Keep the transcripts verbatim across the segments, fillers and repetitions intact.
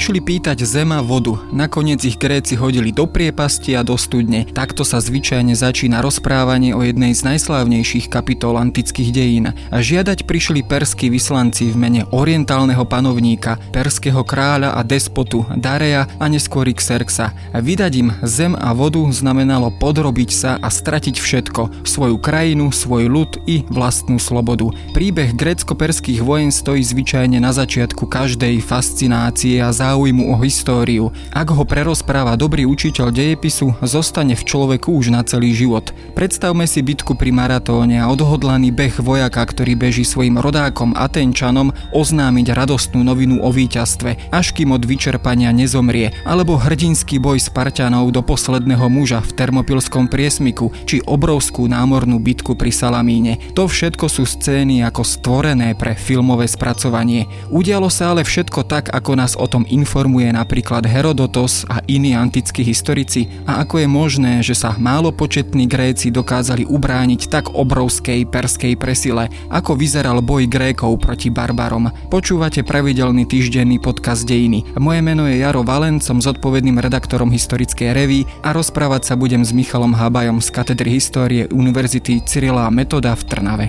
Prišli pýtať zem a vodu, nakoniec ich Gréci hodili do priepasti a do studne. Takto sa zvyčajne začína rozprávanie o jednej z najslávnejších kapitol antických dejín. A žiadať prišli perskí vyslanci v mene orientálneho panovníka, perského kráľa a despotu Dareja a neskôr Xerxa. A vydať im zem a vodu znamenalo podrobiť sa a stratiť všetko, svoju krajinu, svoj ľud i vlastnú slobodu. Príbeh grécko-perských vojen stojí zvyčajne na začiatku každej fascinácie a záujmu o históriu. Ak ho prerozpráva dobrý učiteľ dejepisu, zostane v človeku už na celý život. Predstavme si bitku pri Maratóne a odhodlaný beh vojaka, ktorý beží svojim rodákom Atenčanom oznámiť radostnú novinu o víťazstve, až kým od vyčerpania nezomrie, alebo hrdinský boj Spartanov do posledného muža v Termopilskom priesmiku, či obrovskú námornú bitku pri Salamíne. To všetko sú scény ako stvorené pre filmové spracovanie. Udialo sa ale všetko tak, ako nás o tom informuje napríklad Herodotos a iní antickí historici, a ako je možné, že sa málopočetní Gréci dokázali ubrániť tak obrovskej perskej presile, ako vyzeral boj Grékov proti barbarom. Počúvate pravidelný týždenný podcast Dejiny. Moje meno je Jaro Valent, som zodpovedným redaktorom Historickej revue a rozprávať sa budem s Michalom Habajom z katedry histórie Univerzity Cyrila a Metoda v Trnave.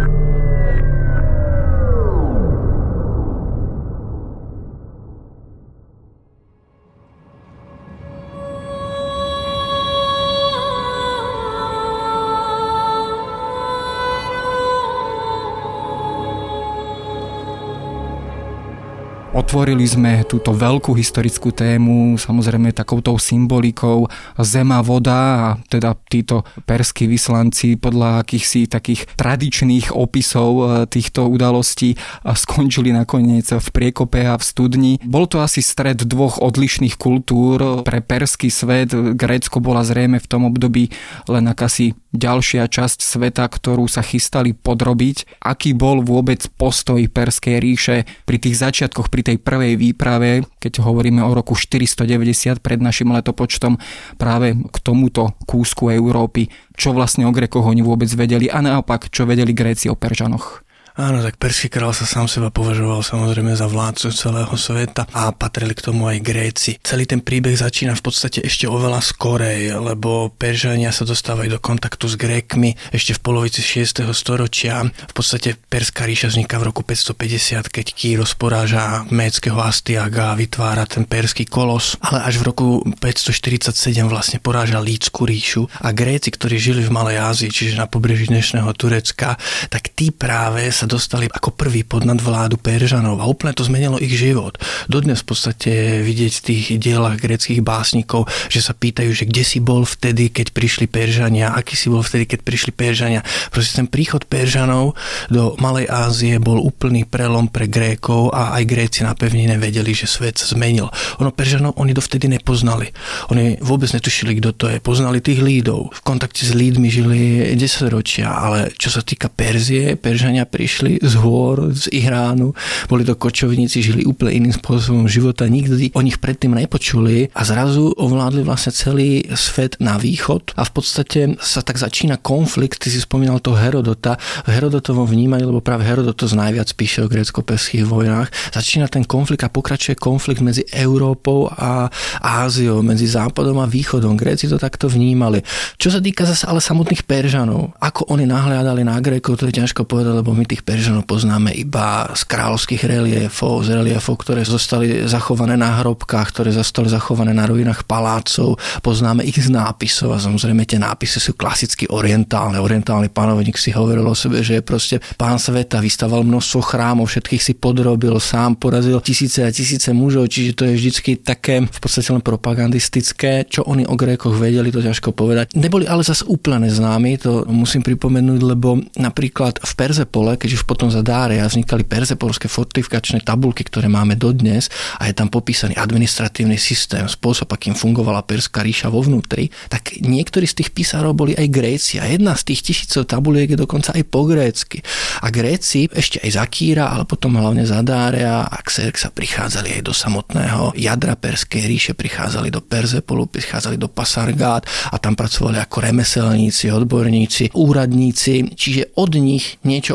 Otvorili sme túto veľkú historickú tému, samozrejme takoutou symbolikou zem a voda, a teda títo perskí vyslanci podľa akýchsi takých tradičných opisov týchto udalostí skončili nakoniec v priekope a v studni. Bol to asi stred dvoch odlišných kultúr. Pre perský svet Grécko bola zrejme v tom období len akási ďalšia časť sveta, ktorú sa chystali podrobiť. Aký bol vôbec postoj Perskej ríše pri tých začiatkoch, pri tej prvej výprave, keď hovoríme o roku štyristodeväťdesiat pred našim letopočtom, práve k tomuto kúsku Európy? Čo vlastne o Grékoch oni vôbec vedeli a naopak, čo vedeli Gréci o Peržanoch? Áno, tak perský kráľ sa sám seba považoval samozrejme za vládcu celého sveta a patrili k tomu aj Gréci. Celý ten príbeh začína v podstate ešte oveľa skorej, lebo Peržania sa dostávajú do kontaktu s Grékmi ešte v polovici šiesteho storočia. V podstate Perská ríša vzniká v roku päťstopäťdesiat, keď Kýros poráža médskeho Astiaga a vytvára ten perský kolos, ale až v roku päťstoštyridsaťsedem vlastne poráža Lídskú ríšu a Gréci, ktorí žili v Malej Ázii, čiže na pobreží dnešného Turecka, tak tí práve sa dostali ako prvý pod nadvládu Peržanov a úplne to zmenilo ich život. Dodnes v podstate vidieť v tých dielach gréckych básnikov, že sa pýtajú, že kde si bol vtedy, keď prišli Peržania, aký si bol vtedy, keď prišli Peržania. Proste ten príchod Peržanov do Malej Ázie bol úplný prelom pre Grékov a aj Gréci na pevnine vedeli, že svet sa zmenil. Ono Peržanov oni dovtedy nepoznali. Oni vôbec netušili, kto to je. Poznali tých Lídov. V kontakte s Lídmi žili desaťročia, ale čo sa týka Perzie, Peržania prišli z hôr, z Iránu, boli to kočovníci, žili úplne iným spôsobom života, nikdy o nich predtým nepočuli a zrazu ovládli vlastne celý svet na východ a v podstate sa tak začína konflikt, ty si spomínal toho Herodota, v Herodotovom vnímaní, lebo práve Herodotos najviac píše o grécko-perských vojnách, začína ten konflikt a pokračuje konflikt medzi Európou a Áziou, medzi západom a východom. Gréci to takto vnímali. Čo sa týka zase ale samotných Peržanov, ako oni nahliadali na Grékov, to je ťažko povedať, lebo my tých Peržanov poznáme iba z kráľovských reliefov, z reliefov, ktoré zostali zachované na hrobkách, ktoré zostali zachované na ruinách palácov. Poznáme ich z nápisov a samozrejme tie nápisy sú klasicky orientálne. Orientálny panovník si hovoril o sebe, že je proste pán sveta, vystaval množstvo chrámov, všetkých si podrobil, sám porazil tisíce a tisíce mužov, čiže to je vždycky také v podstate len propagandistické. Čo oni o Grékoch vedeli, to ťažko povedať. Neboli ale zase úplne známi, to musím pripomenúť, lebo napríklad v Perzepole, keď už potom za Dáreja vznikali perzepolské fortifikačné tabulky, ktoré máme dodnes a je tam popísaný administratívny systém, spôsob, akým fungovala Perská ríša vo vnútri, tak niektorí z tých písarov boli aj Gréci a jedna z tých tisícov tabuliek je dokonca aj po grécky. A Gréci ešte aj za Kýra, ale potom hlavne za Dáreja a Xerxa prichádzali aj do samotného jadra Perskej ríše, prichádzali do Perzepolu, prichádzali do Pasargát a tam pracovali ako remeselníci, odborníci, úradníci, čiže od nich niečo o Grékoch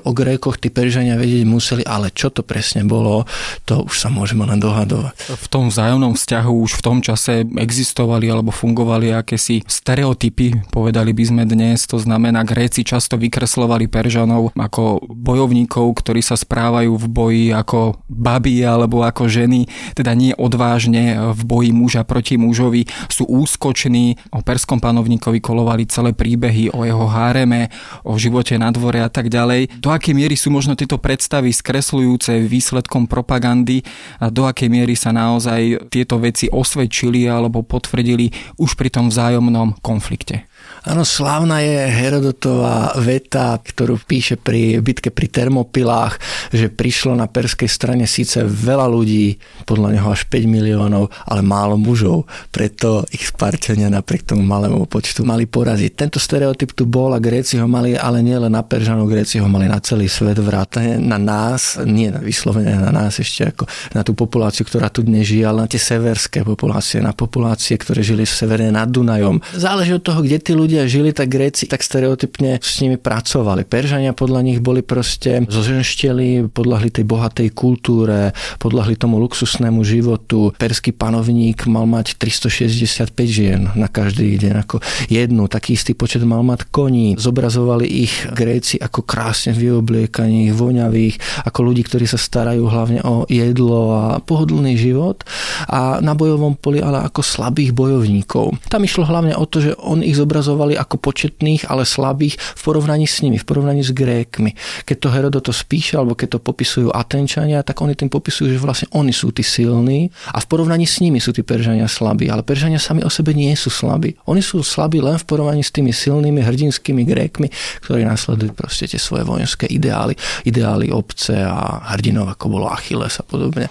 jazykoch tí Peržania vedieť museli, ale čo to presne bolo, to už sa môžeme len dohadovať. V tom vzájomnom vzťahu už v tom čase existovali alebo fungovali akési stereotypy, povedali by sme dnes, to znamená, Gréci často vykreslovali Peržanov ako bojovníkov, ktorí sa správajú v boji ako baby alebo ako ženy, teda nie odvážne v boji muža proti mužovi, sú úskoční, o perskom panovníkovi kolovali celé príbehy o jeho háreme, o živote na dvore a tak ďalej. Do akej miery sú možno tieto predstavy skresľujúce výsledkom propagandy a do akej miery sa naozaj tieto veci osvedčili alebo potvrdili už pri tom vzájomnom konflikte? Áno, slávna je Herodotová veta, ktorú píše pri bitke pri Termopilách, že prišlo na perskej strane síce veľa ľudí, podľa neho až päť miliónov, ale málo mužov. Preto ich Spartania napriek tomu malému počtu mali poraziť. Tento stereotyp tu bol a Gréci ho mali, ale nie len na Peržanov, Gréci ho mali na celý svet, vrátane na nás, nie na vyslovene na nás ešte ako na tú populáciu, ktorá tu dnes žije, ale na tie severské populácie, na populácie, ktoré žili severne nad Dunajom. Záleží od toho, kde tí ľudia žili, tak Gréci tak stereotypne s nimi pracovali. Peržania podľa nich boli proste zoženšteli, podľahli tej bohatej kultúre, podľahli tomu luxusnému životu. Perský panovník mal mať tristošesťdesiatpäť žien na každý deň, ako jednu, taký istý počet mal mať koní. Zobrazovali ich Gréci ako krásne vyobliekaných, voňavých, ako ľudí, ktorí sa starajú hlavne o jedlo a pohodlný život, a na bojovom poli ale ako slabých bojovníkov. Tam išlo hlavne o to, že on ich zobrazoval ako početných, ale slabých v porovnaní s nimi, v porovnaní s Grékmi. Keď to Herodotos píše, alebo keď to popisujú Atenčania, tak oni tým popisujú, že vlastne oni sú tí silní a v porovnaní s nimi sú tí Peržania slabí. Ale Peržania sami o sebe nie sú slabí. Oni sú slabí len v porovnaní s tými silnými hrdinskými Grékmi, ktorí nasledujú proste tie svoje vojenské ideály, ideály obce a hrdinov, ako bolo Achilles a podobne.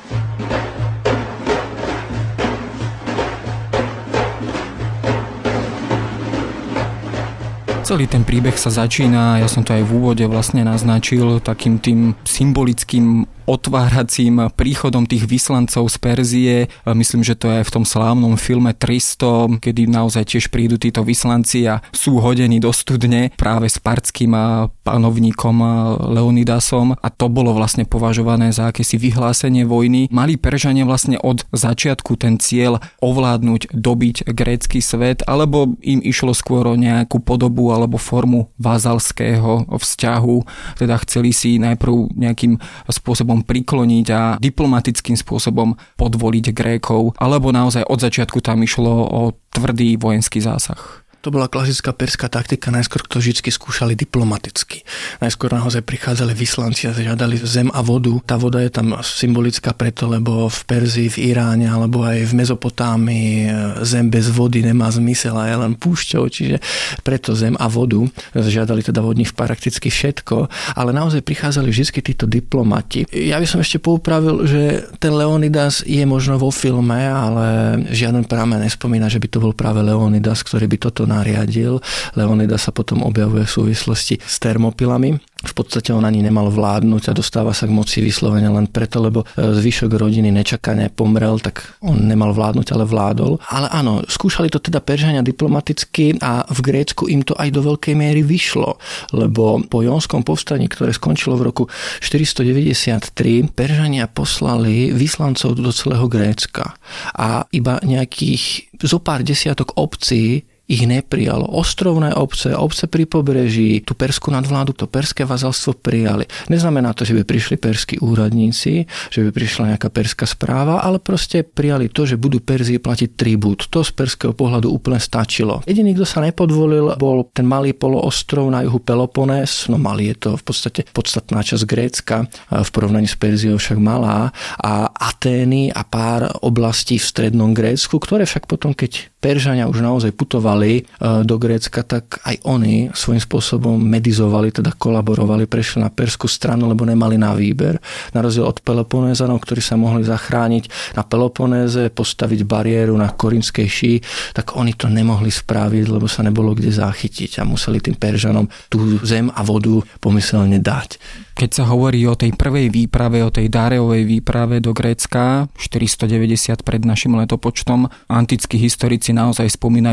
Celý ten príbeh sa začína, ja som to aj v úvode vlastne naznačil, takým tým symbolickým otváracím príchodom tých vyslancov z Perzie. Myslím, že to je aj v tom slávnom filme tristo, kedy naozaj tiež prídu títo vyslanci a sú hodení do studne práve s partským panovníkom Leonidasom, a to bolo vlastne považované za akési vyhlásenie vojny. Mali Peržania vlastne od začiatku ten cieľ ovládnuť, dobiť grécky svet, alebo im išlo skôr o nejakú podobu alebo formu vazalského vzťahu, teda chceli si najprv nejakým spôsobom prikloniť a diplomatickým spôsobom podvoliť Grékov, alebo naozaj od začiatku tam išlo o tvrdý vojenský zásah? To bola klasická perská taktika, najskôr to vždy skúšali diplomaticky. Najskôr naozaj prichádzali vyslanci a žiadali zem a vodu. Tá voda je tam symbolická preto, lebo v Perzii, v Iráne alebo aj v Mezopotámii zem bez vody nemá zmysel a je len púšťou, čiže preto zem a vodu. Žiadali teda od nich prakticky všetko, ale naozaj prichádzali vždy títo diplomati. Ja by som ešte poupravil, že ten Leonidas je možno vo filme, ale žiaden prameň nespomína, že by to bol práve Leonidas, ktorý by toto nariadil. Leonidas sa potom objavuje v súvislosti s Termopilami. V podstate on ani nemal vládnuť a dostáva sa k moci vyslovene len preto, lebo zvyšok rodiny nečakane pomrel, tak on nemal vládnuť, ale vládol. Ale áno, skúšali to teda Peržania diplomaticky a v Grécku im to aj do veľkej miery vyšlo, lebo po Jónskom povstaní, ktoré skončilo v roku štyristodeväťdesiattri, Peržania poslali vyslancov do celého Grécka a iba nejakých zo pár desiatok obcí ich neprijalo. Ostrovné obce, obce pri pobreží, tú perskú nadvládu, to perské vazalstvo prijali. Neznamená to, že by prišli perskí úradníci, že by prišla nejaká perská správa, ale proste prijali to, že budú Perzii platiť tribút. To z perského pohľadu úplne stačilo. Jediný, kto sa nepodvolil, bol ten malý poloostrov na juhu Peloponés. No malý je to v podstate podstatná časť Grécka, v porovnaní s Perziou však malá, a Atény a pár oblastí v strednom Grécku, ktoré však potom, keď Peržania už naozaj putovali do Grécka, tak aj oni svojím spôsobom medizovali, teda kolaborovali, prešli na perskú stranu, lebo nemali na výber. Na rozdiel od Peloponézanov, ktorí sa mohli zachrániť na Peloponéze, postaviť bariéru na Korinskej ší, tak oni to nemohli spraviť, lebo sa nebolo kde zachytiť a museli tým Peržanom tú zem a vodu pomyselne dať. Keď sa hovorí o tej prvej výprave, o tej Dáreovej výprave do Grécka, štyristodeväťdesiat pred našim letopočtom, antickí historici naozaj spomínajú fantastické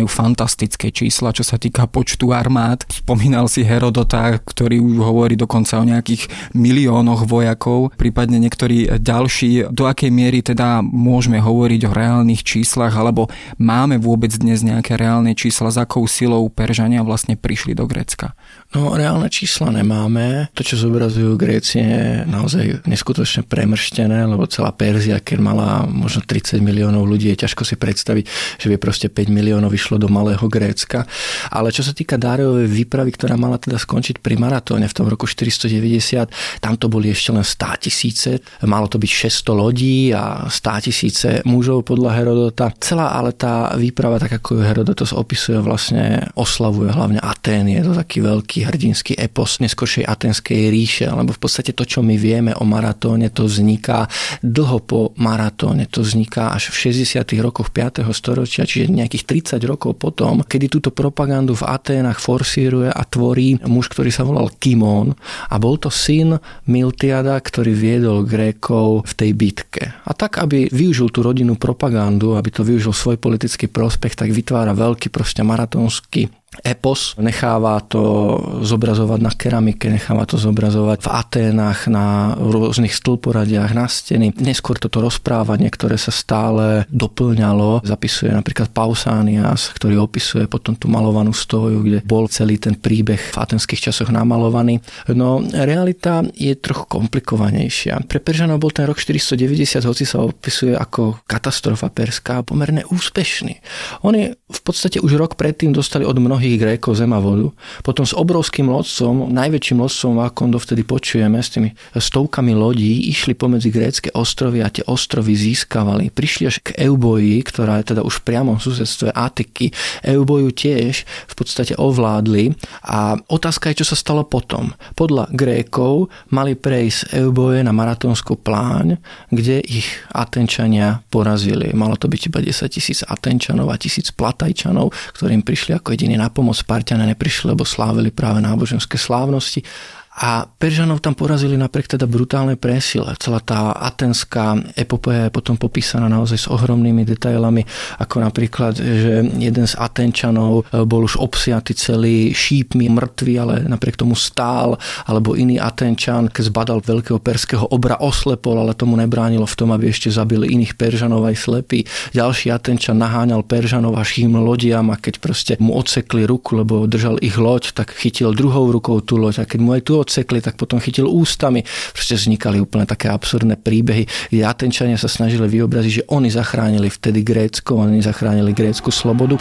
fantastické čísla, čo sa týka počtu armád. Spomínal si Herodota, ktorý už hovorí dokonca o nejakých miliónoch vojakov, prípadne niektorí ďalší. Do akej miery teda môžeme hovoriť o reálnych číslach, alebo máme vôbec dnes nejaké reálne čísla, s akou silou Peržania vlastne prišli do Grécka? No, reálne čísla nemáme. To, čo zobrazujú Gréci, je naozaj neskutočne premrštené, lebo celá Perzia, keď mala možno tridsať miliónov ľudí, je ťažko si predstaviť, že by proste päť miliónov vyšlo do malého Grécka. Ale čo sa týka Dáriovej výpravy, ktorá mala teda skončiť pri maratóne v tom roku štyristodeväťdesiat, tam to boli ešte len sto tisíce, malo to byť šesťsto lodí a sto tisíce mužov podľa Herodota. Celá ale tá výprava, tak ako ju Herodotos opisuje, vlastne oslavuje hlavne Atény. Je to taký veľký hrdinský epos neskôršej Aténskej ríše, lebo v podstate to, čo my vieme o maratóne, to vzniká dlho po maratóne, to vzniká až v šesťdesiatych rokoch piateho storočia, čiže nejakých tridsať rokov potom, kedy túto propagandu v Aténach forsíruje a tvorí muž, ktorý sa volal Kimón a bol to syn Miltiada, ktorý viedol Grékov v tej bitke. A tak, aby využil tú rodinnú propagandu, aby to využil svoj politický prospech, tak vytvára veľký proste maratónsky epos, necháva to zobrazovať na keramike, necháva to zobrazovať v Aténach na rôznych stĺporadiach, na steny. Neskôr toto rozprávanie, ktoré sa stále doplňalo, zapisuje napríklad Pausanias, ktorý opisuje potom tú malovanú stoju, kde bol celý ten príbeh v atenských časoch namalovaný. No, realita je trochu komplikovanejšia. Pre Peržanov bol ten rok štyristodeväťdesiat, hoci sa opisuje ako katastrofa perská, pomerne úspešný. Oni v podstate už rok predtým dostali od mnohých Grékov zem a vodu. Potom s obrovským lodstvom, najväčším lodstvom, ako dovtedy počujeme, s tými stovkami lodí, išli pomedzi grécke ostrovy a tie ostrovy získavali. Prišli až k Euboji, ktorá je teda už v priamom susedstve Atiky. Euboju tiež v podstate ovládli a otázka je, čo sa stalo potom. Podľa Grékov mali prejsť Euboje na maratónsku pláň, kde ich Atenčania porazili. Malo to byť iba desaťtisíc Atenčanov a tisíc Platajčanov, ktorým prišli ako jediní na pomoc. Sparťania neprišli, lebo slávili práve náboženské slávnosti. A Peržanov tam porazili napriek teda brutálnej presile. Celá tá atenská epopéja je potom popísaná naozaj s ohromnými detailami, ako napríklad, že jeden z Atenčanov bol už obsiatý celý šípmi, mŕtvy, ale napriek tomu stál, alebo iný Atenčan, keď zbadal veľkého perského obra, oslepol, ale tomu nebránilo v tom, aby ešte zabili iných Peržanov aj slepý. Ďalší Atenčan naháňal Peržanov až im lodiam a keď proste mu odsekli ruku, lebo držal ich loď, tak chytil druhou rukou tú loď a keď mu aj tu odsekli, tak potom chytil ústami. Proste vznikali úplne také absurdné príbehy, kde Atenčania sa snažili vyobraziť, že oni zachránili vtedy Grécko, oni zachránili grécku slobodu.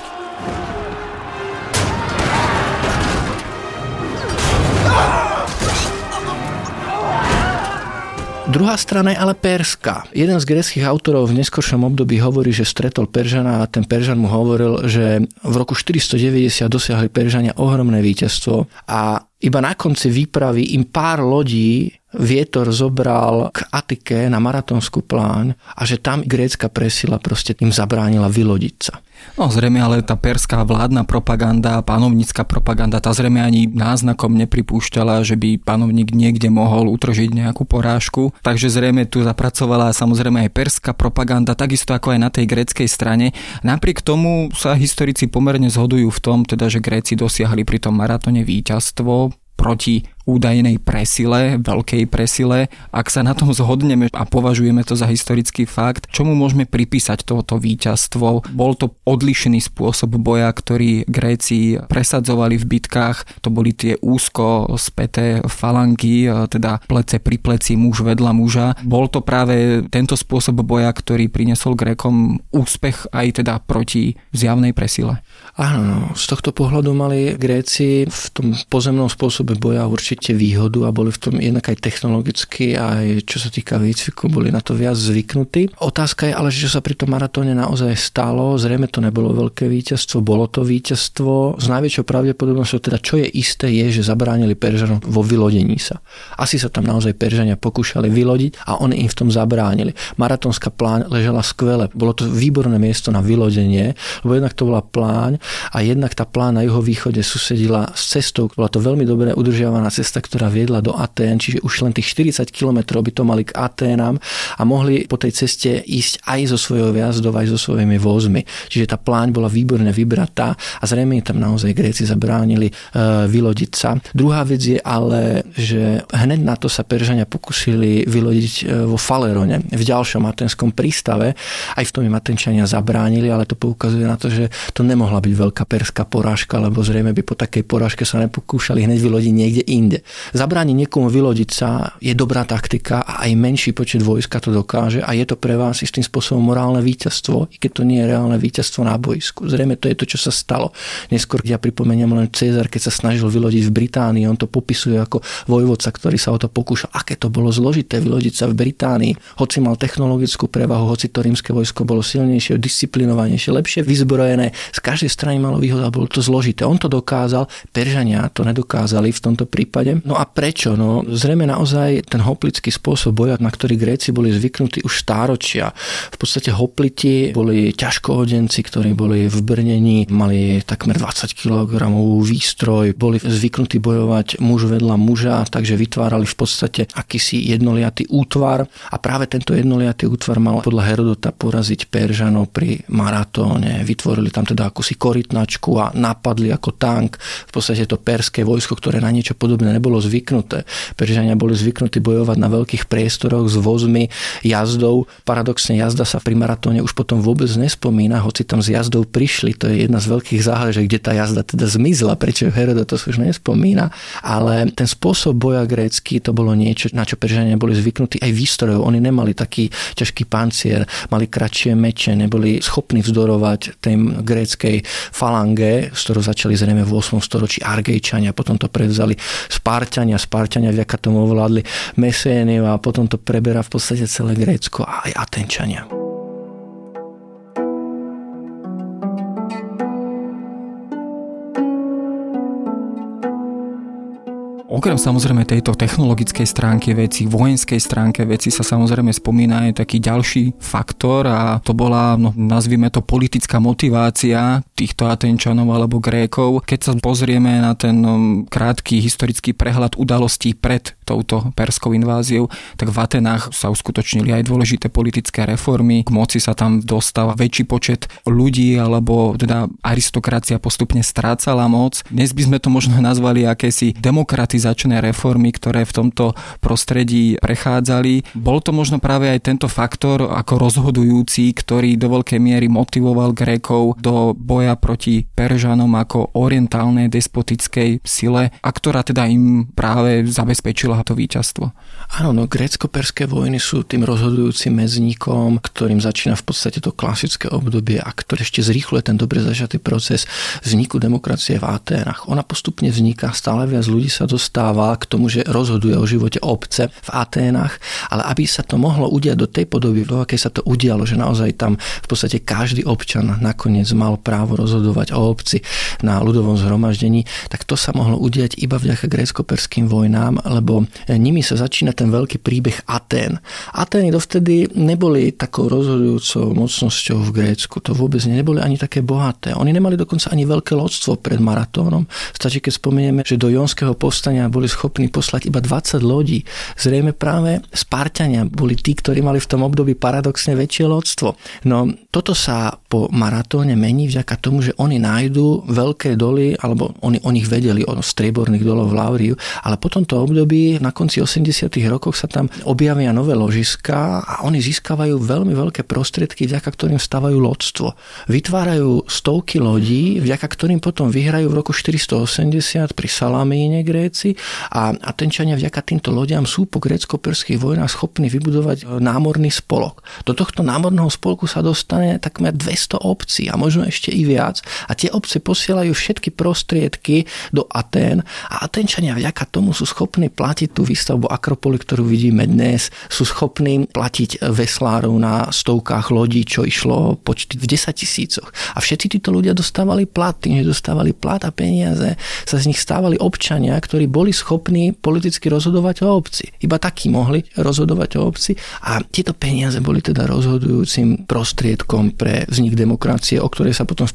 Druhá strana je ale perská. Jeden z gréckych autorov v neskoršom období hovorí, že stretol Peržana a ten Peržan mu hovoril, že v roku štyristodeväťdesiat dosiahli Peržania ohromné víťazstvo a iba na konci výpravy im pár lodí vietor zobral k Atike na maratónsku pláň a že tam grécka presila proste im zabránila vylodiť sa. No zrejme, ale tá perská vládna propaganda, panovnícka propaganda, tá zrejme ani náznakom nepripúšťala, že by panovník niekde mohol utržiť nejakú porážku. Takže zrejme tu zapracovala samozrejme aj perská propaganda, takisto ako aj na tej gréckej strane. Napriek tomu sa historici pomerne zhodujú v tom, teda, že Gréci dosiahli pri tom maratóne víťazstvo proti údajnej presile, veľkej presile. Ak sa na tom zhodneme a považujeme to za historický fakt, čomu môžeme pripísať toto víťazstvo? Bol to odlišný spôsob boja, ktorý Gréci presadzovali v bitkách. To boli tie úzko späté falangy, teda plece pri pleci, muž vedľa muža. Bol to práve tento spôsob boja, ktorý priniesol Grékom úspech aj teda proti zjavnej presile? Áno, z tohto pohľadu mali Gréci v tom pozemnom spôsobe boja určite výhodu a boli v tom jednak aj technologicky, aj čo sa týka výcviku, boli na to viac zvyknutí. Otázka je ale, že čo sa pri tom maratóne naozaj stalo. Zrejme to nebolo veľké víťazstvo, bolo to víťazstvo. S najväčšou pravdepodobnosťou teda, čo je isté, je, že zabránili Peržanom vo vylodení sa. Asi sa tam naozaj Peržania pokúšali vylodiť a oni im v tom zabránili. Maratónska pláň ležala skvele. Bolo to výborné miesto na vylodenie, lebo jednak to bola pláň a jednak tá pláň na juhovýchode susedila s cestou. Bola to veľmi dobre udržiavaná cesta cesta, ktorá viedla do Atén, čiže už len tých štyridsať kilometrov by to mali k Aténam a mohli po tej ceste ísť aj so svojou jazdou, aj so svojimi vozmi. Čiže tá pláň bola výborne vybratá a zrejme tam naozaj Gréci zabránili e, vylodiť sa. Druhá vec je ale, že hneď na to sa Peržania pokúsili vylodiť e, vo Falerone, v ďalšom aténskom prístave. Aj v tom im Atenčania zabránili, ale to poukazuje na to, že to nemohla byť veľká perská porážka, lebo zrejme by po takej porážke sa nepokúšali hneď vylodiť niekde inde. Zabrániť niekomu vylodiť sa je dobrá taktika a aj menší počet vojska to dokáže a je to pre vás istým spôsobom morálne víťazstvo, i keď to nie je reálne víťazstvo na boisku. Zrejme to je to, čo sa stalo. Neskôr ja pripomeniem len Cezar, keď sa snažil vylodiť v Británii, on to popisuje ako vojvodca, ktorý sa o to pokúšal. Aké to bolo zložité vylodiť sa v Británii, hoci mal technologickú prevahu, hoci to rímske vojsko bolo silnejšie, disciplinovanejšie, lepšie vyzbrojené, z každej strany malo výhodu a bolo to zložité. On to dokázal, Peržania to nedokázali v tomto prípade. No a prečo? No zrejme naozaj ten hoplický spôsob boja, na ktorý Gréci boli zvyknutí už stáročia. V podstate hopliti boli ťažkohodenci, ktorí boli v brnení, mali takmer dvadsať kilogramov výstroj, boli zvyknutí bojovať muž vedľa muža, takže vytvárali v podstate akýsi jednoliatý útvar a práve tento jednoliatý útvar mal podľa Herodota poraziť Peržanov pri Maratóne. Vytvorili tam teda akúsi korytnačku a napadli ako tank v podstate to perské vojsko, ktoré na niečo podobné nebolo zvyknuté. Peržania boli zvyknutí bojovať na veľkých priestoroch s vozmi, jazdou. Paradoxne jazda sa pri Maratóne už potom vôbec nespomína, hoci tam s jazdou prišli. To je jedna z veľkých záhad, že kde tá jazda teda zmizla, prečo Herodot to už nespomína. Ale ten spôsob boja grécky to bolo niečo, na čo Peržania boli zvyknutí aj výstrojov. Oni nemali taký ťažký pancier, mali kratšie meče, neboli schopní vzdorovať tej gréckej falange, z ktorou začali zrejme v ôsmom storočí Argejčania, potom to prevzali Spartania, Spartania vďaka tomu ovládli Meséniu a potom to preberá v podstate celé Grécko a aj Atenčania. Okrem samozrejme tejto technologickej stránky veci, vojenskej stránke veci sa samozrejme spomína aj taký ďalší faktor a to bola, no, nazvime to politická motivácia týchto Atenčanov alebo Grékov. Keď sa pozrieme na ten um, krátky historický prehľad udalostí pred touto perskou inváziou, tak v Atenách sa uskutočnili aj dôležité politické reformy. K moci sa tam dostáva väčší počet ľudí alebo teda aristokracia postupne strácala moc. Dnes by sme to možno nazvali akési demokratizačné reformy, ktoré v tomto prostredí prechádzali. Bol to možno práve aj tento faktor ako rozhodujúci, ktorý do veľkej miery motivoval Grékov do boja proti Peržanom ako orientálnej despotickej sile a ktorá teda im práve zabezpečila to víťazstvo. Áno, no grécko-perské vojny sú tým rozhodujúcim medzníkom, ktorým začína v podstate to klasické obdobie a ktoré ešte zrýchluje ten dobre zažatý proces vzniku demokracie v Aténach. Ona postupne vzniká, stále viac ľudí sa dostáva k tomu, že rozhoduje o živote obce v Aténach, ale aby sa to mohlo udiať do tej podoby, vo akej sa to udialo, že naozaj tam v podstate každý občan nakoniec mal právo rozhodovať o obci na ľudovom zhromaždení, tak to sa mohlo udiať iba vďaka grécko-perským vojnám, lebo nimi sa začína ten veľký príbeh Atén. Atény dovtedy neboli takou rozhodujúcou mocnosťou v Grécku. To vôbec neboli ani také bohaté. Oni nemali dokonca ani veľké lodstvo pred Maratónom. Stačí, keď spomenieme, že do jonského povstania boli schopní poslať iba dvadsať lodí. Zrejme práve Spartania boli tí, ktorí mali v tom období paradoxne väčšie lodstvo. No toto sa po Maratóne mení vďaka tomu, že oni nájdú veľké doly, alebo oni o nich vedeli, o strieborných doloch v Lauriu, ale po tomto období na konci osemdesiatych rokoch sa tam objavia nové ložiská a oni získavajú veľmi veľké prostriedky, vďaka ktorým stavajú lodstvo. Vytvárajú stovky lodí, vďaka ktorým potom vyhrajú v roku štyridsaťosemdesiat pri Salamíne Gréci a Atenčania vďaka týmto lodiam sú po grécko-perských vojnách schopní vybudovať námorný spolok. Do tohto námorného spolku sa dostane takmer dvesto obcí a možno ešte i viac a tie obce posielajú všetky prostriedky do Atén a Atenčania vďaka tomu sú schopní platiť tú výstavbu Akropoly, ktorú vidíme dnes, sú schopní platiť veslárov na stovkách lodí, čo išlo počty v desaťtisícoch. A všetci títo ľudia dostávali plat, tým, že dostávali plat a peniaze, sa z nich stávali občania, ktorí boli schopní politicky rozhodovať o obci. Iba takí mohli rozhodovať o obci a tieto peniaze boli teda rozhodujúcim prostriedkom pre vznik demokracie, o ktorej sa potom v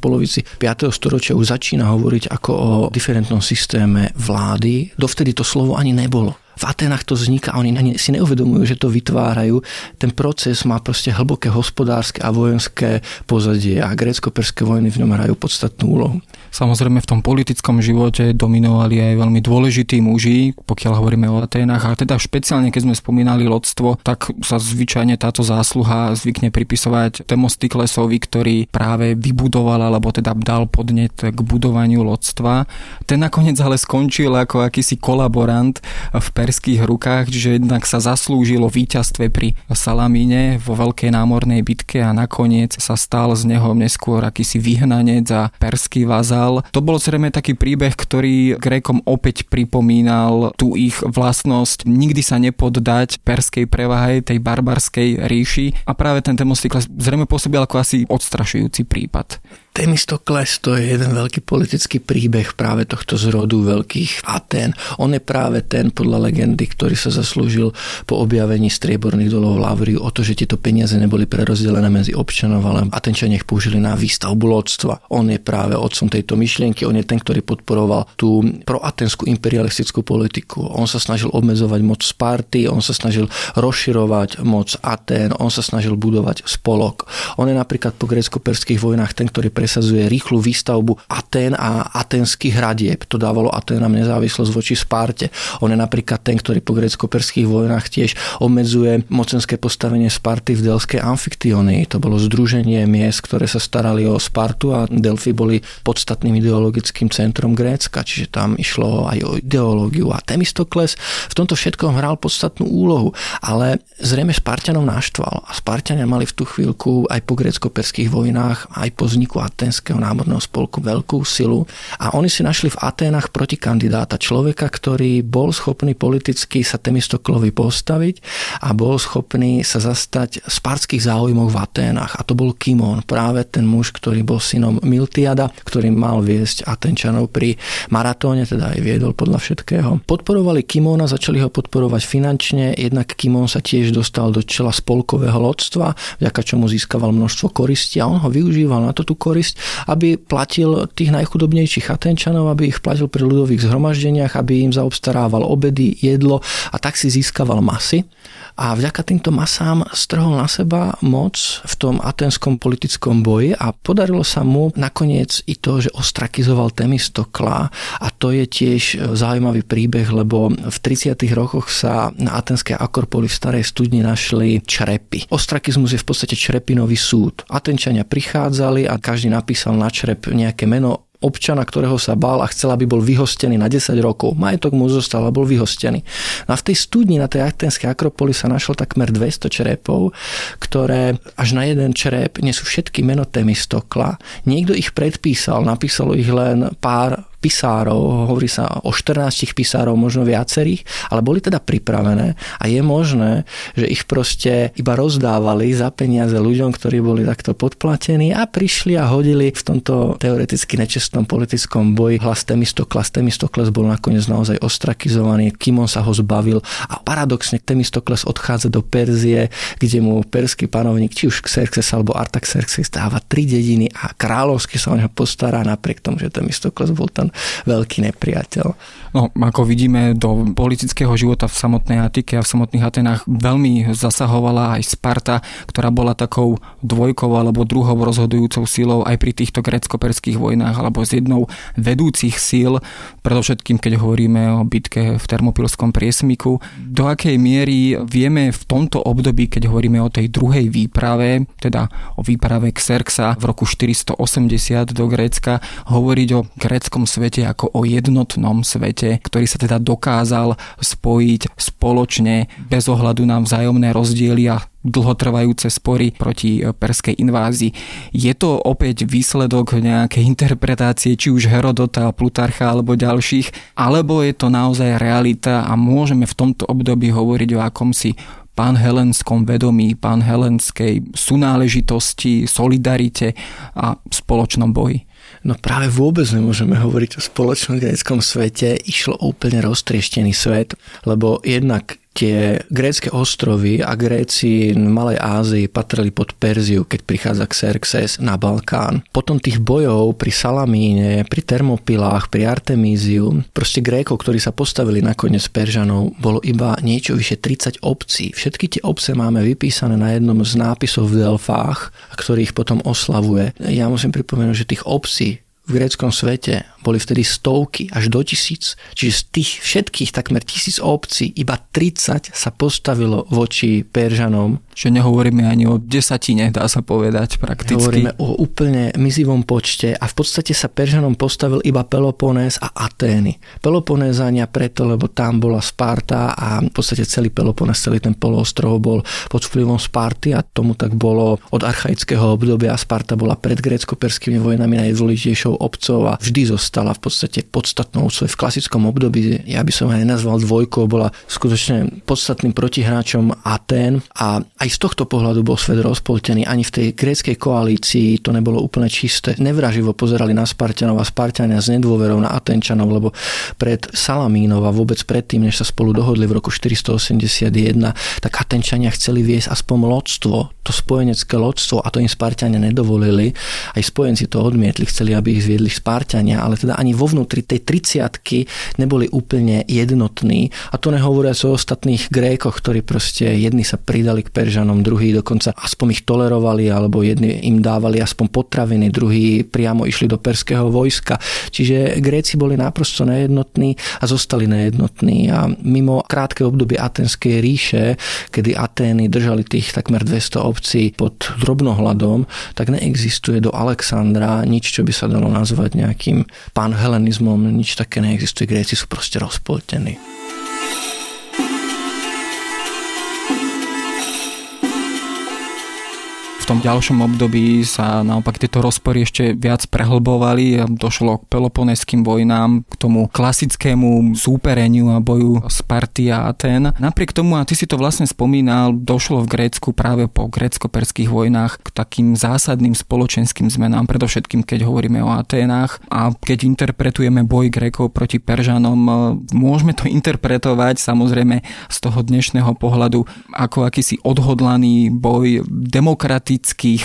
polovici piateho storočia už začína hovoriť ako o diferentnom systéme vlády. Dovtedy to slovo ani nebolo. V Aténach to vzniká a oni ani si neuvedomujú, že to vytvárajú. Ten proces má proste hlboké hospodárske a vojenské pozadie a grécko-perské vojny v ňom hrajú podstatnú úlohu. Samozrejme v tom politickom živote dominovali aj veľmi dôležití muži, pokiaľ hovoríme o Aténach, a teda špeciálne keď sme spomínali lodstvo, tak sa zvyčajne táto zásluha zvykne pripisovať Themostoklesovi, ktorý práve vybudoval alebo teda dal podnet k budovaniu lodstva. Ten nakoniec ale skončil ako akýsi kolaborant v perských rukách, čiže jednak sa zaslúžilo víťazstve pri Salamíne vo veľkej námornej bitke a nakoniec sa stal z neho neskôr akýsi vyhnanec a perský vazal. To bol zrejme taký príbeh, ktorý Grékom opäť pripomínal tú ich vlastnosť nikdy sa nepoddať perskej prevahe, tej barbarskej ríši, a práve ten Themostokles zrejme pôsobil ako asi odstrašujúci prípad. Themistokles to je jeden veľký politický príbeh práve tohto zrodu veľkých Atén. On je práve ten, podľa legendy, ktorý sa zaslúžil po objavení strieborných dolov v Lavriu o to, že tieto peniaze neboli prerozdelené medzi občanov, ale Atenčania ich použili na výstavbu lodstva. On je práve otcom tejto myšlienky, on je ten, ktorý podporoval tú proatenskú imperialistickú politiku. On sa snažil obmedzovať moc Sparty, on sa snažil rozširovať moc Atén, on sa snažil budovať spolok. On je napríklad po grécko-perských vojnách ten, ktorý presadzuje rýchlu výstavbu Atén a aténskych hradieb. To dávalo Aténam nezávislosť voči Sparte. On je napríklad ten, ktorý po grécko-perských vojnách tiež obmedzuje mocenské postavenie Sparty v Delskej Amfiktionii. To bolo združenie miest, ktoré sa starali o Spartu, a Delfy boli podstatným ideologickým centrom Grécka, čiže tam išlo aj o ideológiu. A Themistokles v tomto všetkom hral podstatnú úlohu, ale zrejme Spartanov naštval. A Spartania mali v tú chvíľku aj po grécko-perských vojnách, aj po vzniku Aténskeho námorného spolku veľkú silu, a oni si našli v Aténach protikandidáta, človeka, ktorý bol schopný politicky sa Themistoklovi postaviť a bol schopný sa zastať spartských záujmov v Aténach, a to bol Kimón, práve ten muž, ktorý bol synom Miltiada, ktorý mal viesť Atenčanov pri maratóne, teda aj viedol podľa všetkého. Podporovali Kimóna, začali ho podporovať finančne, jednak Kimón sa tiež dostal do čela spolkového lodstva, vďaka čomu získaval množstvo koristí, a on ho využíval na to tú korisť, aby platil tých najchudobnejších Atenčanov, aby ich platil pri ľudových zhromaždeniach, aby im zaobstarával obedy, jedlo, a tak si získaval masy. A vďaka týmto masám strhol na seba moc v tom aténskom politickom boji a podarilo sa mu nakoniec i to, že ostrakizoval Themistokla, a to je tiež zaujímavý príbeh, lebo v tridsiatych rokoch sa na aténskej Akropoli v Starej studni našli črepy. Ostrakizmus je v podstate črepinový súd. Atenčania prichádzali a každý napísal na črep nejaké meno občana, ktorého sa bál a chcel, aby bol vyhostený na desať rokov. Majetok mu zostal a bol vyhostený. No a v tej studni na tej aténskej Akropoli sa našlo takmer dvesto črepov, ktoré až na jeden črep nesú všetky meno Themistokla. Niekto ich predpísal, napísalo ich len pár pisárov, hovorí sa o štrnástich pisárov, možno viacerých, ale boli teda pripravené a je možné, že ich proste iba rozdávali za peniaze ľuďom, ktorí boli takto podplatení, a prišli a hodili v tomto teoreticky nečestnom politickom boji hlas Themistokles. Themistokles bol nakoniec naozaj ostrakizovaný, Kimón sa ho zbavil, a paradoxne Themistokles odchádza do Perzie, kde mu perský panovník, či už Xerxes alebo Artaxerxes, dáva tri dediny a kráľovsky sa o neho postará, napriek tomu, že Themistokles bol tam veľký nepriateľ. No, ako vidíme, do politického života v samotnej Atike a v samotných Atenách veľmi zasahovala aj Sparta, ktorá bola takou dvojkou alebo druhou rozhodujúcou síľou aj pri týchto grécko-perských vojnách, alebo z jednou vedúcich síl, predovšetkým keď hovoríme o bitke v Termopilskom priesmiku. Do akej miery vieme v tomto období, keď hovoríme o tej druhej výprave, teda o výprave Xerxa v roku štyristoosemdesiat do Grécka, hovoriť o gréckom svete ako o jednotnom svete, ktorý sa teda dokázal spojiť spoločne bez ohľadu na vzájomné rozdiely a dlhotrvajúce spory proti perskej invázii. Je to opäť výsledok nejakej interpretácie, či už Herodota, Plutarcha alebo ďalších, alebo je to naozaj realita a môžeme v tomto období hovoriť o akomsi panhelenskom vedomí, panhelenskej súnáležitosti, solidarite a spoločnom boji? No práve vôbec nemôžeme hovoriť o spoločnom gréckom svete. Išlo o úplne roztrieštený svet, lebo jednak Tie grécke ostrovy a Gréci v Malej Ázii patrili pod Perziu, keď prichádza Xerxes na Balkán. Potom tých bojov pri Salamíne, pri Termopilách, pri Artemíziu, proste Grékov, ktorí sa postavili nakoniec Peržanov, bolo iba niečo vyše tridsať obcí. Všetky tie obce máme vypísané na jednom z nápisov v Delfách, ktorých potom oslavuje. Ja musím pripomenúť, že tých obcí v gréckom svete boli vtedy stovky až do tisíc. Čiže z tých všetkých takmer tisíc obcí iba tridsať sa postavilo voči Peržanom. Že nehovoríme ani o desatine, dá sa povedať prakticky. Hovoríme o úplne mizivom počte a v podstate sa Peržanom postavil iba Peloponés a Atény. Peloponézania preto, lebo tam bola Sparta a v podstate celý Peloponés, celý ten poloostrov bol pod vplyvom Sparty a tomu tak bolo od archaického obdobia. Sparta bola pred grécko-perskými vojnami najdôležitejšou obcov a vždy zostala v podstate podstatnou svoj v klasickom období. Ja by som aj nenazval dvojkou, bola skutočne podstatným protihráčom Atén a aj z tohto pohľadu bol svet rozpoltený. Ani v tej gréckej koalícii to nebolo úplne čisté. Nevraživo pozerali na Spartanov a Spartania s nedôverou na Aténčanov, lebo pred Salamínov a vôbec predtým, než sa spolu dohodli v roku štyristoosemdesiatjeden, tak Aténčania chceli viesť aspoň lodstvo, to spojenecké lodstvo a to im Spartania nedovolili. Aj spojenci to odmietli, chceli, aby ich zviedli Spartania, ale teda ani vo vnútri tej tridsiatky neboli úplne jednotní. A to nehovoriac o ostatných Grékoch, ktorí proste jedni sa pridali k Peržanom, druhí dokonca aspoň ich tolerovali, alebo jedni im dávali aspoň potraviny, druhí priamo išli do perského vojska. Čiže Gréci boli naprosto nejednotní a zostali nejednotní. A mimo krátke obdobie Aténskej ríše, kedy Atény držali tých takmer dvesto obcí pod drobnohľadom, tak neexistuje do Alexandra nič, čo by sa dalo nazvať nejakým panhelenizmom, nič také neexistuje. Gréci sú proste rozpoltení. V tom ďalšom období sa naopak tieto rozpory ešte viac prehlbovali a došlo k Peloponeským vojnám, k tomu klasickému súpereniu a boju Sparty a Atén. Napriek tomu, a ty si to vlastne spomínal, došlo v Grécku práve po grécko-perských vojnách k takým zásadným spoločenským zmenám, predovšetkým keď hovoríme o Aténach a keď interpretujeme boj Grékov proti Peržanom, môžeme to interpretovať samozrejme z toho dnešného pohľadu ako akýsi odhodlaný boj demokratických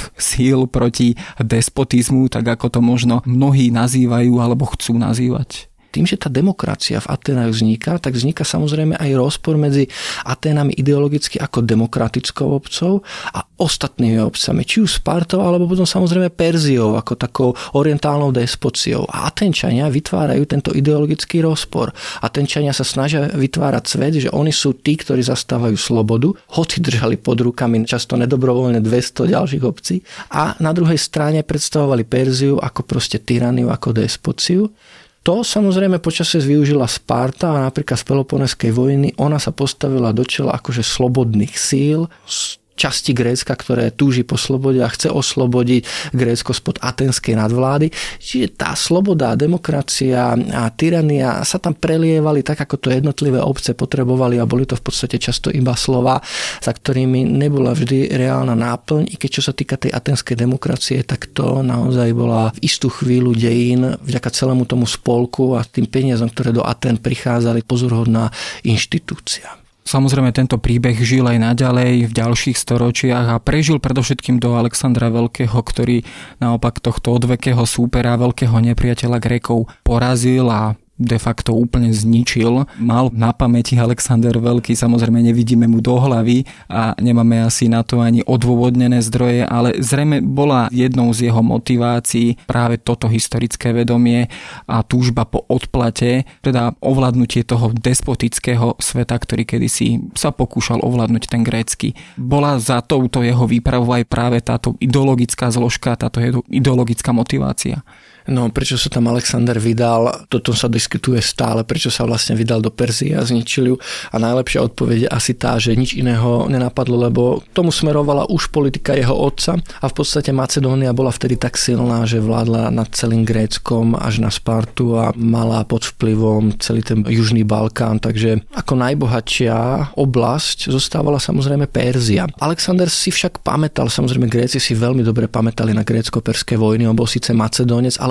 síl proti despotizmu, tak ako to možno mnohí nazývajú alebo chcú nazývať. Tým, že tá demokracia v Aténach vzniká, tak vzniká samozrejme aj rozpor medzi Aténami ideologicky ako demokratickou obcou a ostatnými obcami, či už Spartou, alebo potom samozrejme Perziou ako takou orientálnou despociou. A Aténčania vytvárajú tento ideologický rozpor. Aténčania sa snažia vytvárať svet, že oni sú tí, ktorí zastávajú slobodu, hoci držali pod rukami často nedobrovoľne dvesto ďalších obcí a na druhej strane predstavovali Perziu ako proste tyraniu, ako despociu. To samozrejme počasie využila Sparta a napríklad z Peloponeskej vojny ona sa postavila do čela akože slobodných síl, časti Grécka, ktoré túži po slobode a chce oslobodiť Grécko spod aténskej nadvlády. Čiže tá sloboda, demokracia a tyrania sa tam prelievali tak, ako to jednotlivé obce potrebovali a boli to v podstate často iba slova, za ktorými nebola vždy reálna náplň. I keď čo sa týka tej aténskej demokracie, tak to naozaj bola v istú chvíľu dejín vďaka celému tomu spolku a tým peniazom, ktoré do Atén prichádzali, pozoruhodná inštitúcia. Samozrejme, tento príbeh žil aj naďalej v ďalších storočiach a prežil predovšetkým do Alexandra Veľkého, ktorý naopak tohto odvekého súpera, veľkého nepriateľa Grékov porazil a de facto úplne zničil. Mal na pamäti Alexander Veľký, samozrejme nevidíme mu do hlavy a nemáme asi na to ani odôvodnené zdroje, ale zrejme bola jednou z jeho motivácií práve toto historické vedomie a túžba po odplate, teda ovládnutie toho despotického sveta, ktorý kedysi sa pokúšal ovládnuť ten grécky. Bola za touto jeho výpravou aj práve táto ideologická zložka, táto ideologická motivácia. No, prečo sa tam Alexander vydal, toto sa diskutuje stále, prečo sa vlastne vydal do Perzie a zničil ju. A najlepšia odpoveď je asi tá, že nič iného nenapadlo, lebo tomu smerovala už politika jeho otca a v podstate Macedónia bola vtedy tak silná, že vládla nad celým Gréckom až na Spartu a mala pod vplyvom celý ten južný Balkán, takže ako najbohatšia oblasť zostávala samozrejme Pérzia. Alexander si však pamätal, samozrejme Gréci si veľmi dobre pamätali na grécko-perské vojny, on bol síce Macedónec, ale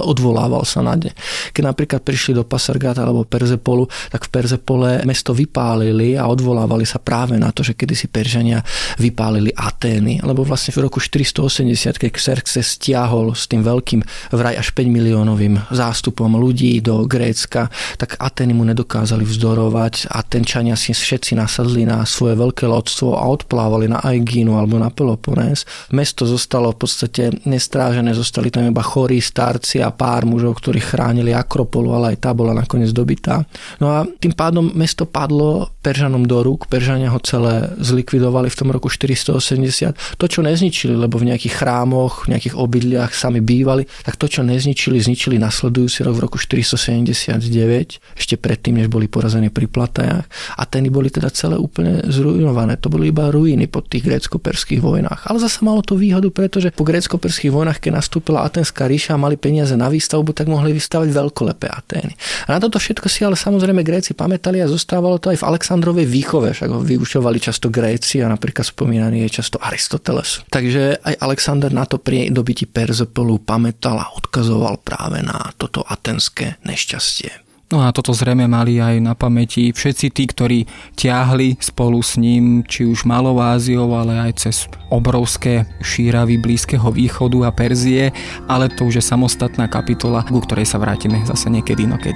ale odvolával sa na ne. Keď napríklad prišli do Pasargáta alebo Perzepolu, tak v Perzepole mesto vypálili a odvolávali sa práve na to, že kedysi Peržania vypálili Atény, lebo vlastne v roku štyristoosemdesiat, keď Xerxes stiahol s tým veľkým vraj až päť miliónovým zástupom ľudí do Grécka, tak Atény mu nedokázali vzdorovať. Atenčania si všetci nasadli na svoje veľké lodstvo a odplávali na Aigínu alebo na Peloponés. Mesto zostalo v podstate nestrážené, zostali tam iba chorí, starci a pár mužov, ktorí chránili Akropolu, ale aj tá bola nakoniec dobitá. No a tým pádom mesto padlo Peržanom do rúk, Peržania ho celé zlikvidovali v tom roku štyristooosemdesiat. To, čo nezničili, lebo v nejakých chrámoch, v nejakých obydliach sami bývali, tak to, čo nezničili, zničili nasledujúci rok v roku štyristosedemdesiatdeväť, ešte predtým, než boli porazení pri Platajách. Atény boli teda celé úplne zrujnované. To boli iba ruiny po tých grécko-perských vojnách. Ale zase malo to výhodu, pretože po grécko-perských vojnách, keď nastúpila Atenská ríša a mali peniaze na výstavbu, tak mohli vystavať veľkolepé Atény. A na toto všetko si ale samozrejme Gréci pamätali a zostávalo to aj v Alexandrovej výchove, však ho vyučovali často Gréci a napríklad spomínaný je často Aristoteles. Takže aj Alexander na to pri dobití Perzepolu pamätal a odkazoval práve na toto atenské nešťastie. No a toto zrejme mali aj na pamäti všetci tí, ktorí ťahli spolu s ním, či už Malou Áziou, ale aj cez obrovské šíravy Blízkeho východu a Perzie, ale to už je samostatná kapitola, ku ktorej sa vrátime zase niekedy inokedy.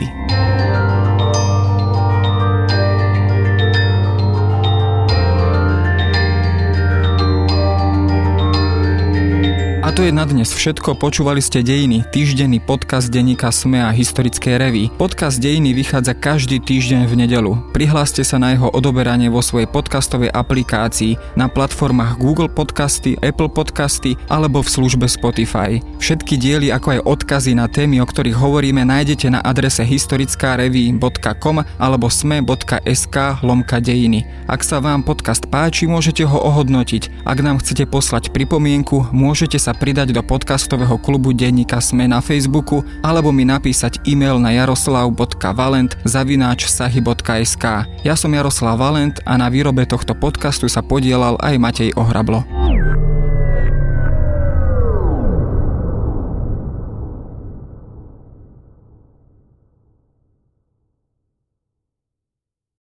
A to je na dnes všetko. Počúvali ste Dejiny, týždenný podcast denníka SME a historickej revue. Podcast Dejiny vychádza každý týždeň v nedeľu. Prihláste sa na jeho odoberanie vo svojej podcastovej aplikácii na platformách Google Podcasty, Apple Podcasty alebo v službe Spotify. Všetky diely, ako aj odkazy na témy, o ktorých hovoríme, nájdete na adrese historickarevue bodka com alebo sme bodka es ká lomka dejiny. Ak sa vám podcast páči, môžete ho ohodnotiť. Ak nám chcete poslať pripomienku, môžete sa pridať do podcastového klubu denníka SME na Facebooku alebo mi napísať e-mail na jaroslav bodka valent zavináč sahy bodka es ká. Ja som Jaroslav Valent a na výrobe tohto podcastu sa podielal aj Matej Ohrablo.